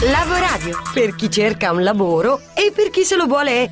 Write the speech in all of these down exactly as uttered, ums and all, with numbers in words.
Lavoradio, per chi cerca un lavoro e per chi se lo vuole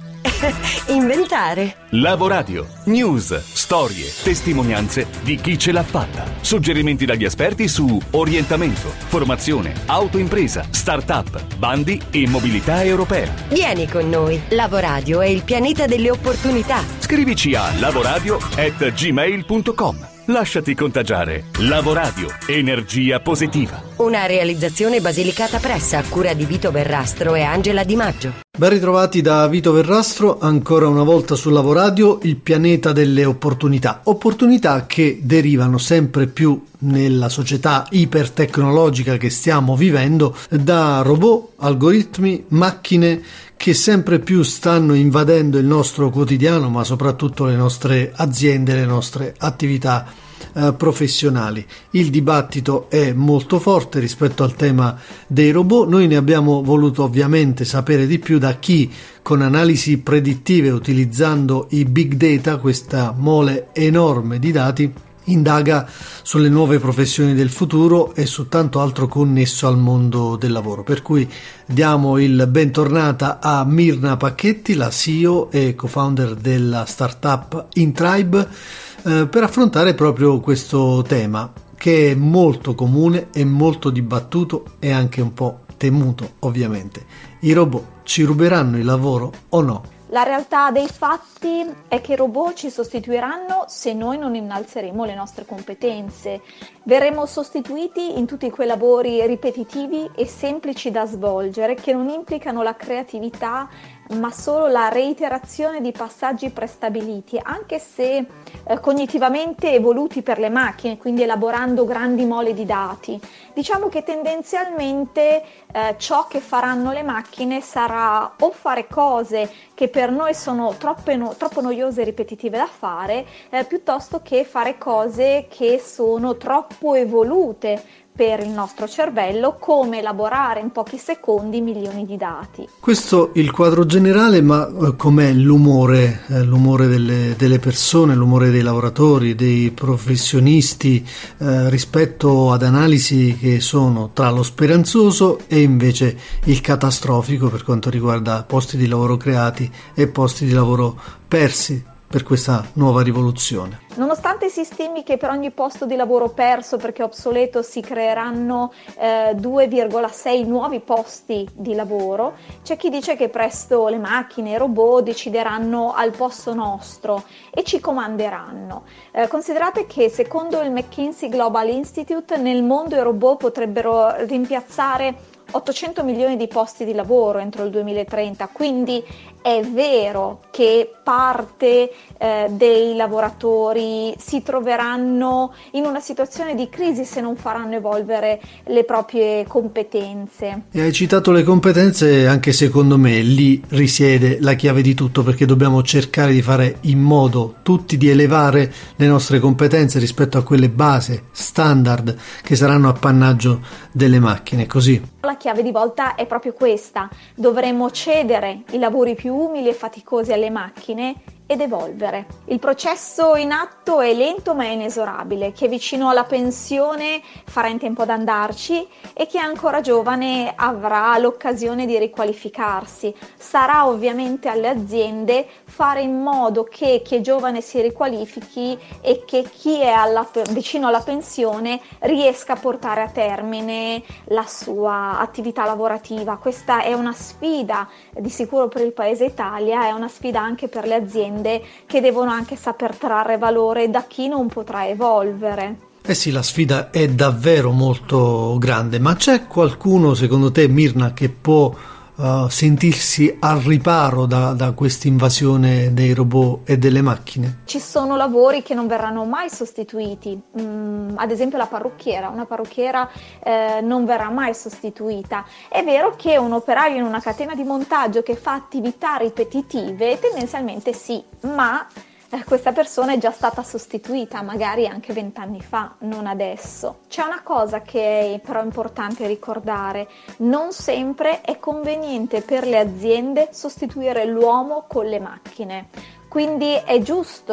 inventare. Lavoradio, news, storie, testimonianze di chi ce l'ha fatta. Suggerimenti dagli esperti su orientamento, formazione, autoimpresa, start-up, bandi e mobilità europea. Vieni con noi. Lavoradio è il pianeta delle opportunità. Scrivici a lavoradio at gmail punto com. Lasciati contagiare. Lavoradio, energia positiva. Una realizzazione Basilicata Press a cura di Vito Verrastro e Angela Di Maggio. Ben ritrovati da Vito Verrastro, ancora una volta su Lavoradio, il pianeta delle opportunità. Opportunità che derivano sempre più nella società ipertecnologica che stiamo vivendo da robot, algoritmi, macchine che sempre più stanno invadendo il nostro quotidiano, ma soprattutto le nostre aziende, le nostre attività eh, professionali. Il dibattito è molto forte rispetto al tema dei robot. Noi ne abbiamo voluto ovviamente sapere di più da chi, con analisi predittive utilizzando i big data, questa mole enorme di dati, indaga sulle nuove professioni del futuro e su tanto altro connesso al mondo del lavoro. Per cui diamo il bentornata a Mirna Pacchetti, la C E O e co-founder della startup Intribe, eh, per affrontare proprio questo tema che è molto comune e molto dibattuto e anche un po' temuto, ovviamente. I robot ci ruberanno il lavoro o no? La realtà dei fatti è che i robot ci sostituiranno se noi non innalzeremo le nostre competenze. Verremo sostituiti in tutti quei lavori ripetitivi e semplici da svolgere che non implicano la creatività, ma solo la reiterazione di passaggi prestabiliti, anche se eh, cognitivamente evoluti per le macchine, quindi elaborando grandi mole di dati. Diciamo che tendenzialmente eh, ciò che faranno le macchine sarà o fare cose che per noi sono troppe no- troppo noiose e ripetitive da fare, eh, piuttosto che fare cose che sono troppo evolute per il nostro cervello, come elaborare in pochi secondi milioni di dati. Questo il quadro generale, ma eh, com'è l'umore, eh, l'umore delle, delle persone, l'umore dei lavoratori, dei professionisti eh, rispetto ad analisi che sono tra lo speranzoso e invece il catastrofico per quanto riguarda posti di lavoro creati e posti di lavoro persi per questa nuova rivoluzione. Nonostante si stimi che per ogni posto di lavoro perso perché obsoleto si creeranno eh, due virgola sei nuovi posti di lavoro, c'è chi dice che presto le macchine e i robot decideranno al posto nostro e ci comanderanno. Eh, considerate che secondo il McKinsey Global Institute nel mondo i robot potrebbero rimpiazzare ottocento milioni di posti di lavoro entro il duemilatrenta, quindi è vero che parte eh, dei lavoratori si troveranno in una situazione di crisi se non faranno evolvere le proprie competenze. E hai citato le competenze, anche secondo me lì risiede la chiave di tutto, perché dobbiamo cercare di fare in modo tutti di elevare le nostre competenze rispetto a quelle base, standard, che saranno appannaggio delle macchine, così. La chiave di volta è proprio questa: dovremo cedere i lavori più umili e faticosi alle macchine ed evolvere. Il processo in atto è lento ma inesorabile. Chi è vicino alla pensione farà in tempo ad andarci e chi è ancora giovane avrà l'occasione di riqualificarsi. Sarà ovviamente alle aziende fare in modo che chi è giovane si riqualifichi e che chi è alla, vicino alla pensione riesca a portare a termine la sua attività lavorativa. Questa è una sfida di sicuro per il paese Italia, è una sfida anche per le aziende che devono anche saper trarre valore da chi non potrà evolvere. Eh sì, la sfida è davvero molto grande, ma c'è qualcuno secondo te, Mirna, che può uh, sentirsi al riparo da, da questa invasione dei robot e delle macchine? Ci sono lavori che non verranno mai sostituiti, mm, ad esempio la parrucchiera, una parrucchiera eh, non verrà mai sostituita. È vero che un operaio in una catena di montaggio che fa attività ripetitive tendenzialmente sì, ma eh, questa persona è già stata sostituita magari anche vent'anni fa, non adesso. C'è una cosa che è però importante ricordare: non sempre è conveniente per le aziende sostituire l'uomo con le macchine, quindi è giusto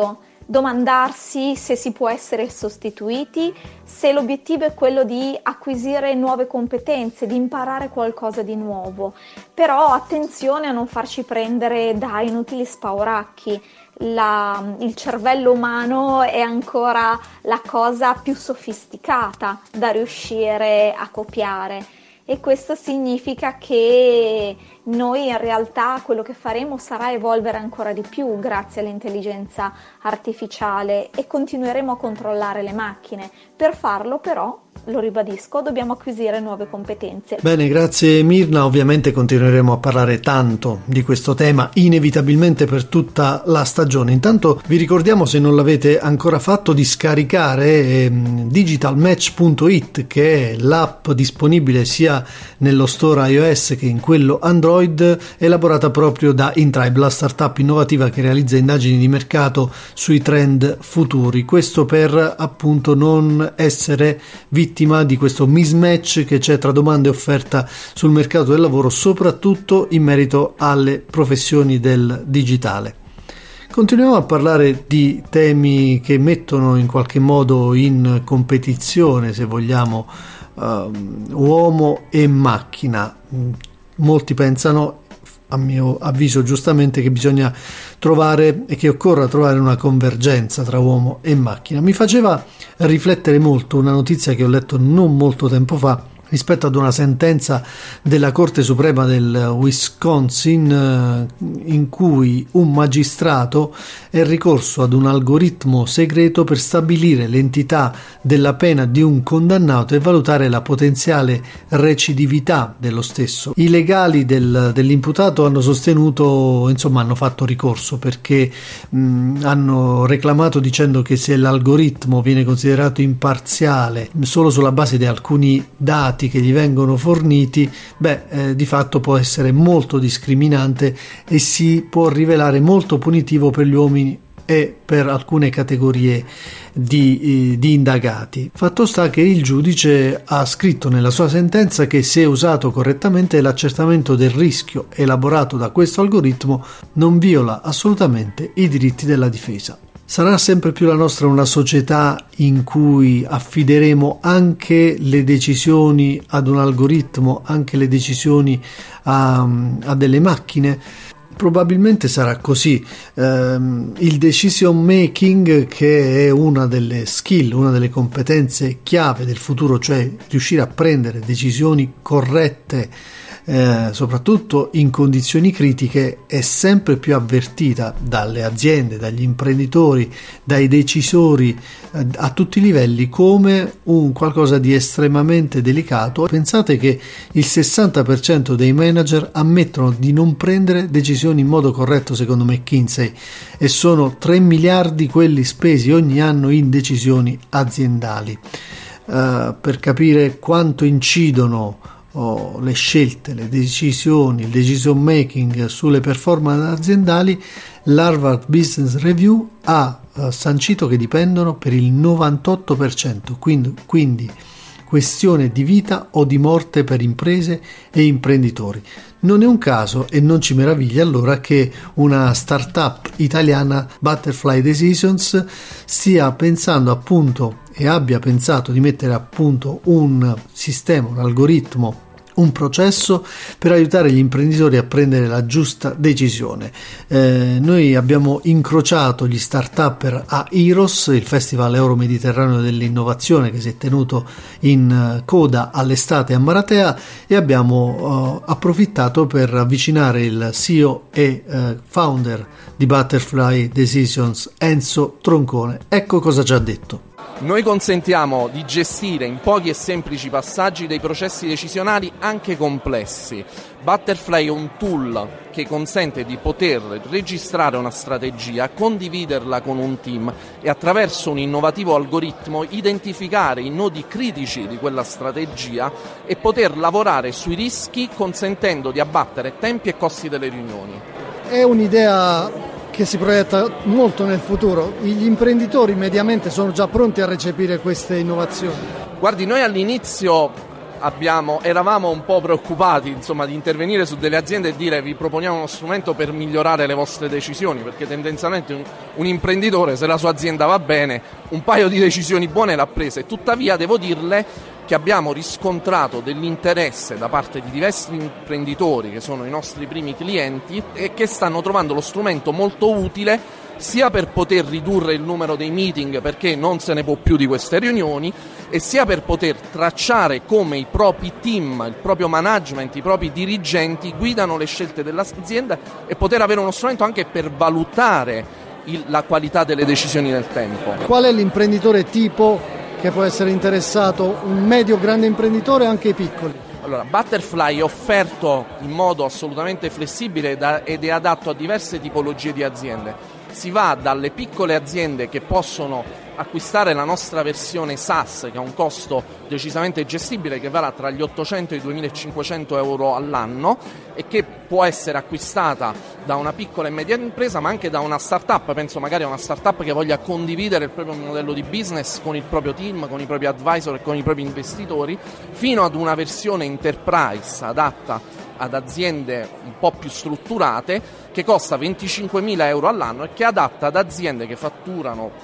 domandarsi se si può essere sostituiti, se l'obiettivo è quello di acquisire nuove competenze, di imparare qualcosa di nuovo. Però attenzione a non farci prendere da inutili spauracchi. La, il cervello umano è ancora la cosa più sofisticata da riuscire a copiare, e questo significa che noi in realtà quello che faremo sarà evolvere ancora di più grazie all'intelligenza artificiale e continueremo a controllare le macchine. Per farlo però, lo ribadisco, dobbiamo acquisire nuove competenze. Bene, grazie Mirna. Ovviamente continueremo a parlare tanto di questo tema, inevitabilmente per tutta la stagione. Intanto vi ricordiamo, se non l'avete ancora fatto, di scaricare eh, digital match punto it, che è l'app disponibile sia nello store iOS che in quello Android, elaborata proprio da Intribe, la startup innovativa che realizza indagini di mercato sui trend futuri. Questo per appunto non essere vittima di questo mismatch che c'è tra domanda e offerta sul mercato del lavoro, soprattutto in merito alle professioni del digitale. Continuiamo a parlare di temi che mettono in qualche modo in competizione, se vogliamo, uh, uomo e macchina. Molti pensano, a mio avviso giustamente, che bisogna trovare e che occorra trovare una convergenza tra uomo e macchina. Mi faceva riflettere molto una notizia che ho letto non molto tempo fa rispetto ad una sentenza della Corte Suprema del Wisconsin, in cui un magistrato è ricorso ad un algoritmo segreto per stabilire l'entità della pena di un condannato e valutare la potenziale recidività dello stesso. I legali del, dell'imputato hanno sostenuto, insomma hanno fatto ricorso, perché mh, hanno reclamato dicendo che se l'algoritmo viene considerato imparziale solo sulla base di alcuni dati che gli vengono forniti, beh, eh, di fatto può essere molto discriminante e si può rivelare molto punitivo per gli uomini e per alcune categorie di, eh, di indagati. Fatto sta che il giudice ha scritto nella sua sentenza che, se usato correttamente, l'accertamento del rischio elaborato da questo algoritmo non viola assolutamente i diritti della difesa. Sarà sempre più la nostra una società in cui affideremo anche le decisioni ad un algoritmo, anche le decisioni a, a delle macchine? Probabilmente sarà così. Um, il decision making, che è una delle skill, una delle competenze chiave del futuro, cioè riuscire a prendere decisioni corrette, Eh, soprattutto in condizioni critiche, è sempre più avvertita dalle aziende, dagli imprenditori, dai decisori eh, a tutti i livelli come un qualcosa di estremamente delicato. Pensate che il sessanta per cento dei manager ammettono di non prendere decisioni in modo corretto, secondo McKinsey, e sono tre miliardi quelli spesi ogni anno in decisioni aziendali. Eh, per capire quanto incidono Oh, le scelte, le decisioni, il decision making sulle performance aziendali, l'Harvard Business Review ha uh, sancito che dipendono per il novantotto per cento, quindi, quindi questione di vita o di morte per imprese e imprenditori. Non è un caso, e non ci meraviglia allora, che una startup italiana, Butterfly Decisions, stia pensando appunto e abbia pensato di mettere a punto un sistema, un algoritmo, un processo per aiutare gli imprenditori a prendere la giusta decisione. Eh, noi abbiamo incrociato gli start-upper a Iros, il Festival Euro-Mediterraneo dell'Innovazione che si è tenuto in coda all'estate a Maratea, e abbiamo eh, approfittato per avvicinare il C E O e eh, founder di Butterfly Decisions, Enzo Troncone. Ecco cosa ci ha detto. Noi consentiamo di gestire in pochi e semplici passaggi dei processi decisionali anche complessi. Butterfly è un tool che consente di poter registrare una strategia, condividerla con un team e attraverso un innovativo algoritmo identificare i nodi critici di quella strategia e poter lavorare sui rischi, consentendo di abbattere tempi e costi delle riunioni. È un'idea che si proietta molto nel futuro. Gli imprenditori mediamente sono già pronti a recepire queste innovazioni? Guardi, noi all'inizio abbiamo, eravamo un po' preoccupati, insomma, di intervenire su delle aziende e dire: vi proponiamo uno strumento per migliorare le vostre decisioni, perché tendenzialmente un, un imprenditore, se la sua azienda va bene, un paio di decisioni buone l'ha prese. Tuttavia devo dirle che abbiamo riscontrato dell'interesse da parte di diversi imprenditori che sono i nostri primi clienti e che stanno trovando lo strumento molto utile, sia per poter ridurre il numero dei meeting perché non se ne può più di queste riunioni, e sia per poter tracciare come i propri team, il proprio management, i propri dirigenti guidano le scelte dell'azienda e poter avere uno strumento anche per valutare il, la qualità delle decisioni nel tempo. Qual è l'imprenditore tipo che può essere interessato? Un medio grande imprenditore o anche i piccoli? Allora, Butterfly è offerto in modo assolutamente flessibile da, ed è adatto a diverse tipologie di aziende. Si va dalle piccole aziende che possono acquistare la nostra versione SaaS, che ha un costo decisamente gestibile, che varrà tra gli ottocento e i duemilacinquecento euro all'anno e che può essere acquistata da una piccola e media impresa, ma anche da una startup. Penso magari a una startup che voglia condividere il proprio modello di business con il proprio team, con i propri advisor e con i propri investitori, fino ad una versione enterprise adatta ad aziende un po' più strutturate, che costa venticinquemila euro all'anno e che è adatta ad aziende che fatturano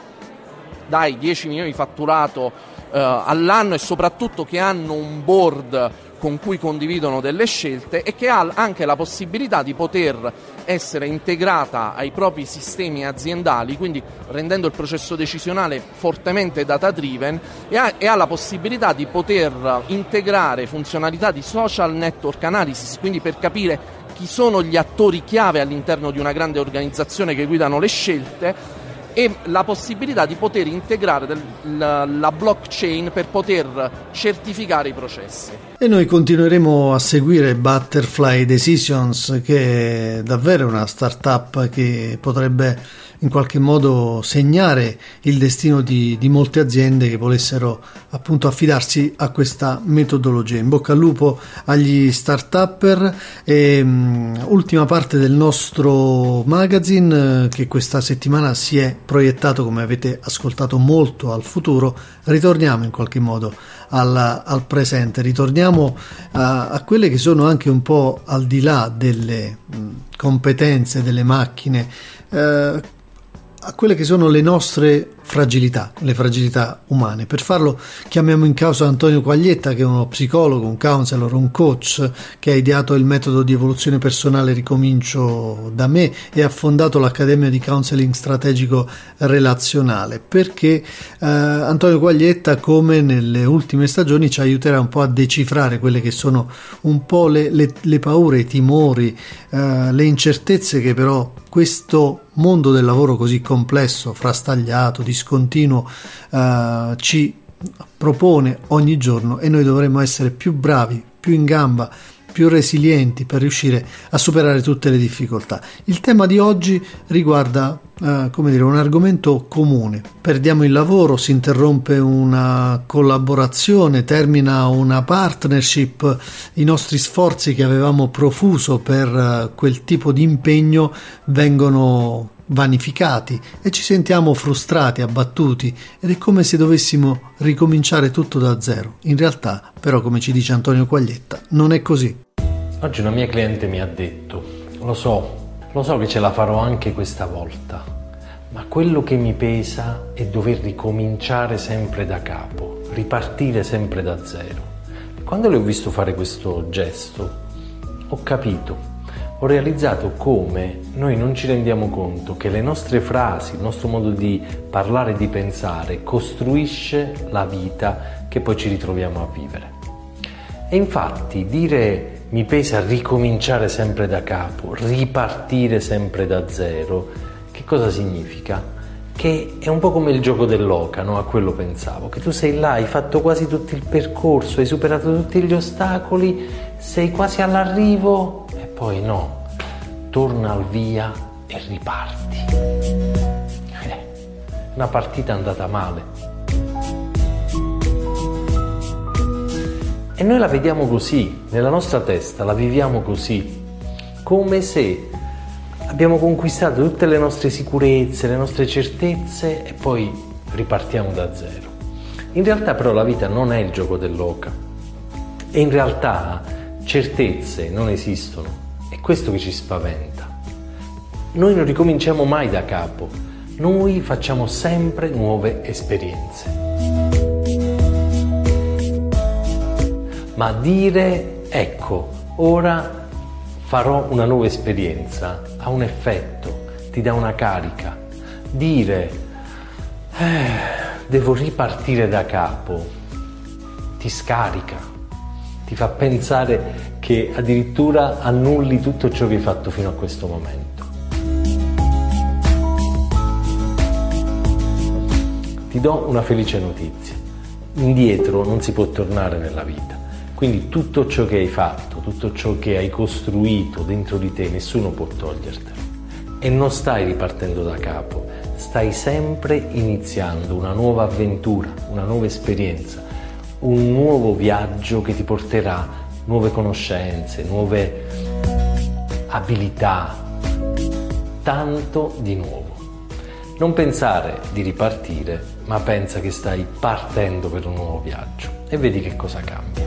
dai dieci milioni di fatturato eh, all'anno e soprattutto che hanno un board con cui condividono delle scelte e che ha anche la possibilità di poter essere integrata ai propri sistemi aziendali, quindi rendendo il processo decisionale fortemente data driven, e ha, e ha la possibilità di poter integrare funzionalità di social network analysis, quindi per capire chi sono gli attori chiave all'interno di una grande organizzazione che guidano le scelte, e la possibilità di poter integrare del, la, la blockchain per poter certificare i processi. E noi continueremo a seguire Butterfly Decisions, che è davvero una startup che potrebbe in qualche modo segnare il destino di, di molte aziende che volessero appunto affidarsi a questa metodologia. In bocca al lupo agli start-upper. E um, ultima parte del nostro magazine, che questa settimana si è proiettato, come avete ascoltato, molto al futuro. Ritorniamo in qualche modo al, al presente, ritorniamo a, a quelle che sono anche un po' al di là delle mh, competenze delle macchine, eh, a quelle che sono le nostre fragilità, le fragilità umane. Per farlo chiamiamo in causa Antonio Quaglietta, che è uno psicologo, un counselor, un coach, che ha ideato il metodo di evoluzione personale Ricomincio da me e ha fondato l'Accademia di Counseling Strategico Relazionale, perché eh, Antonio Quaglietta, come nelle ultime stagioni, ci aiuterà un po' a decifrare quelle che sono un po' le, le, le paure, i timori, eh, le incertezze che però questo mondo del lavoro così complesso, frastagliato, discontinuo, eh, ci propone ogni giorno, e noi dovremmo essere più bravi, più in gamba, più resilienti per riuscire a superare tutte le difficoltà. Il tema di oggi riguarda eh, come dire, un argomento comune. Perdiamo il lavoro, si interrompe una collaborazione, termina una partnership, i nostri sforzi che avevamo profuso per eh, quel tipo di impegno vengono vanificati e ci sentiamo frustrati, abbattuti, ed è come se dovessimo ricominciare tutto da zero. In realtà, però, come ci dice Antonio Quaglietta, non è così. Oggi una mia cliente mi ha detto: lo so, lo so che ce la farò anche questa volta, ma quello che mi pesa è dover ricominciare sempre da capo, ripartire sempre da zero. Quando le ho visto fare questo gesto, ho capito, ho realizzato come noi non ci rendiamo conto che le nostre frasi, il nostro modo di parlare e di pensare costruisce la vita che poi ci ritroviamo a vivere. E infatti dire mi pesa ricominciare sempre da capo, ripartire sempre da zero, che cosa significa? Che è un po' come il gioco dell'oca, no? A quello pensavo, che tu sei là, hai fatto quasi tutto il percorso, hai superato tutti gli ostacoli, sei quasi all'arrivo e poi no, torna al via e riparti. Eh, una partita andata male. E noi la vediamo così, nella nostra testa la viviamo così, come se abbiamo conquistato tutte le nostre sicurezze, le nostre certezze e poi ripartiamo da zero. In realtà però la vita non è il gioco dell'oca, E in realtà certezze non esistono, è questo che ci spaventa. Noi non ricominciamo mai da capo, noi facciamo sempre nuove esperienze. Ma dire, ecco, ora farò una nuova esperienza, ha un effetto, ti dà una carica. Dire, eh, devo ripartire da capo, ti scarica. Ti fa pensare che addirittura annulli tutto ciò che hai fatto fino a questo momento. Ti do una felice notizia. Indietro non si può tornare nella vita. Quindi tutto ciò che hai fatto, tutto ciò che hai costruito dentro di te, nessuno può togliertelo. E non stai ripartendo da capo, stai sempre iniziando una nuova avventura, una nuova esperienza, un nuovo viaggio che ti porterà nuove conoscenze, nuove abilità, tanto di nuovo. Non pensare di ripartire, ma pensa che stai partendo per un nuovo viaggio e vedi che cosa cambia.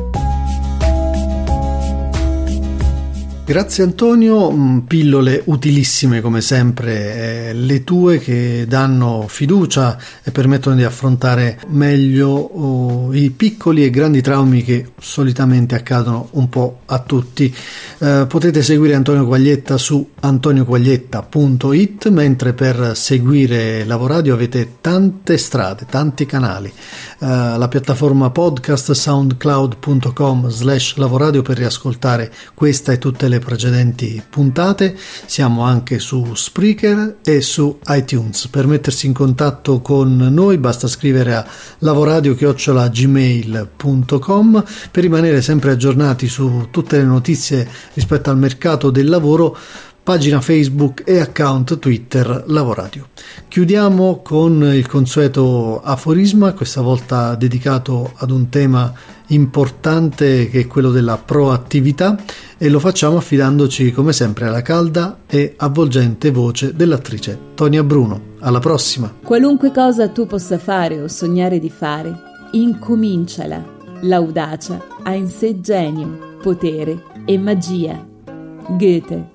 Grazie Antonio, pillole utilissime come sempre, eh, le tue che danno fiducia e permettono di affrontare meglio oh, i piccoli e grandi traumi che solitamente accadono un po' a tutti. Eh, potete seguire Antonio Quaglietta su antonio quaglietta punto it, mentre per seguire Lavoradio avete tante strade, tanti canali. Eh, la piattaforma podcast soundcloud punto com slash lavoradio per riascoltare questa e tutte le precedenti puntate. Siamo anche su Spreaker e su iTunes. Per mettersi in contatto con noi basta scrivere a lavoradio chiocciola gmail punto com per rimanere sempre aggiornati su tutte le notizie rispetto al mercato del lavoro. Pagina Facebook e account Twitter Lavoradio. Chiudiamo con il consueto aforisma, questa volta dedicato ad un tema importante che è quello della proattività, e lo facciamo affidandoci come sempre alla calda e avvolgente voce dell'attrice Tonia Bruno. Alla prossima! Qualunque cosa tu possa fare o sognare di fare, incominciala. L'audacia ha in sé genio, potere e magia. Goethe.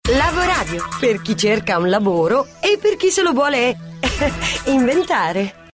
Lavoradio, per chi cerca un lavoro e per chi se lo vuole inventare.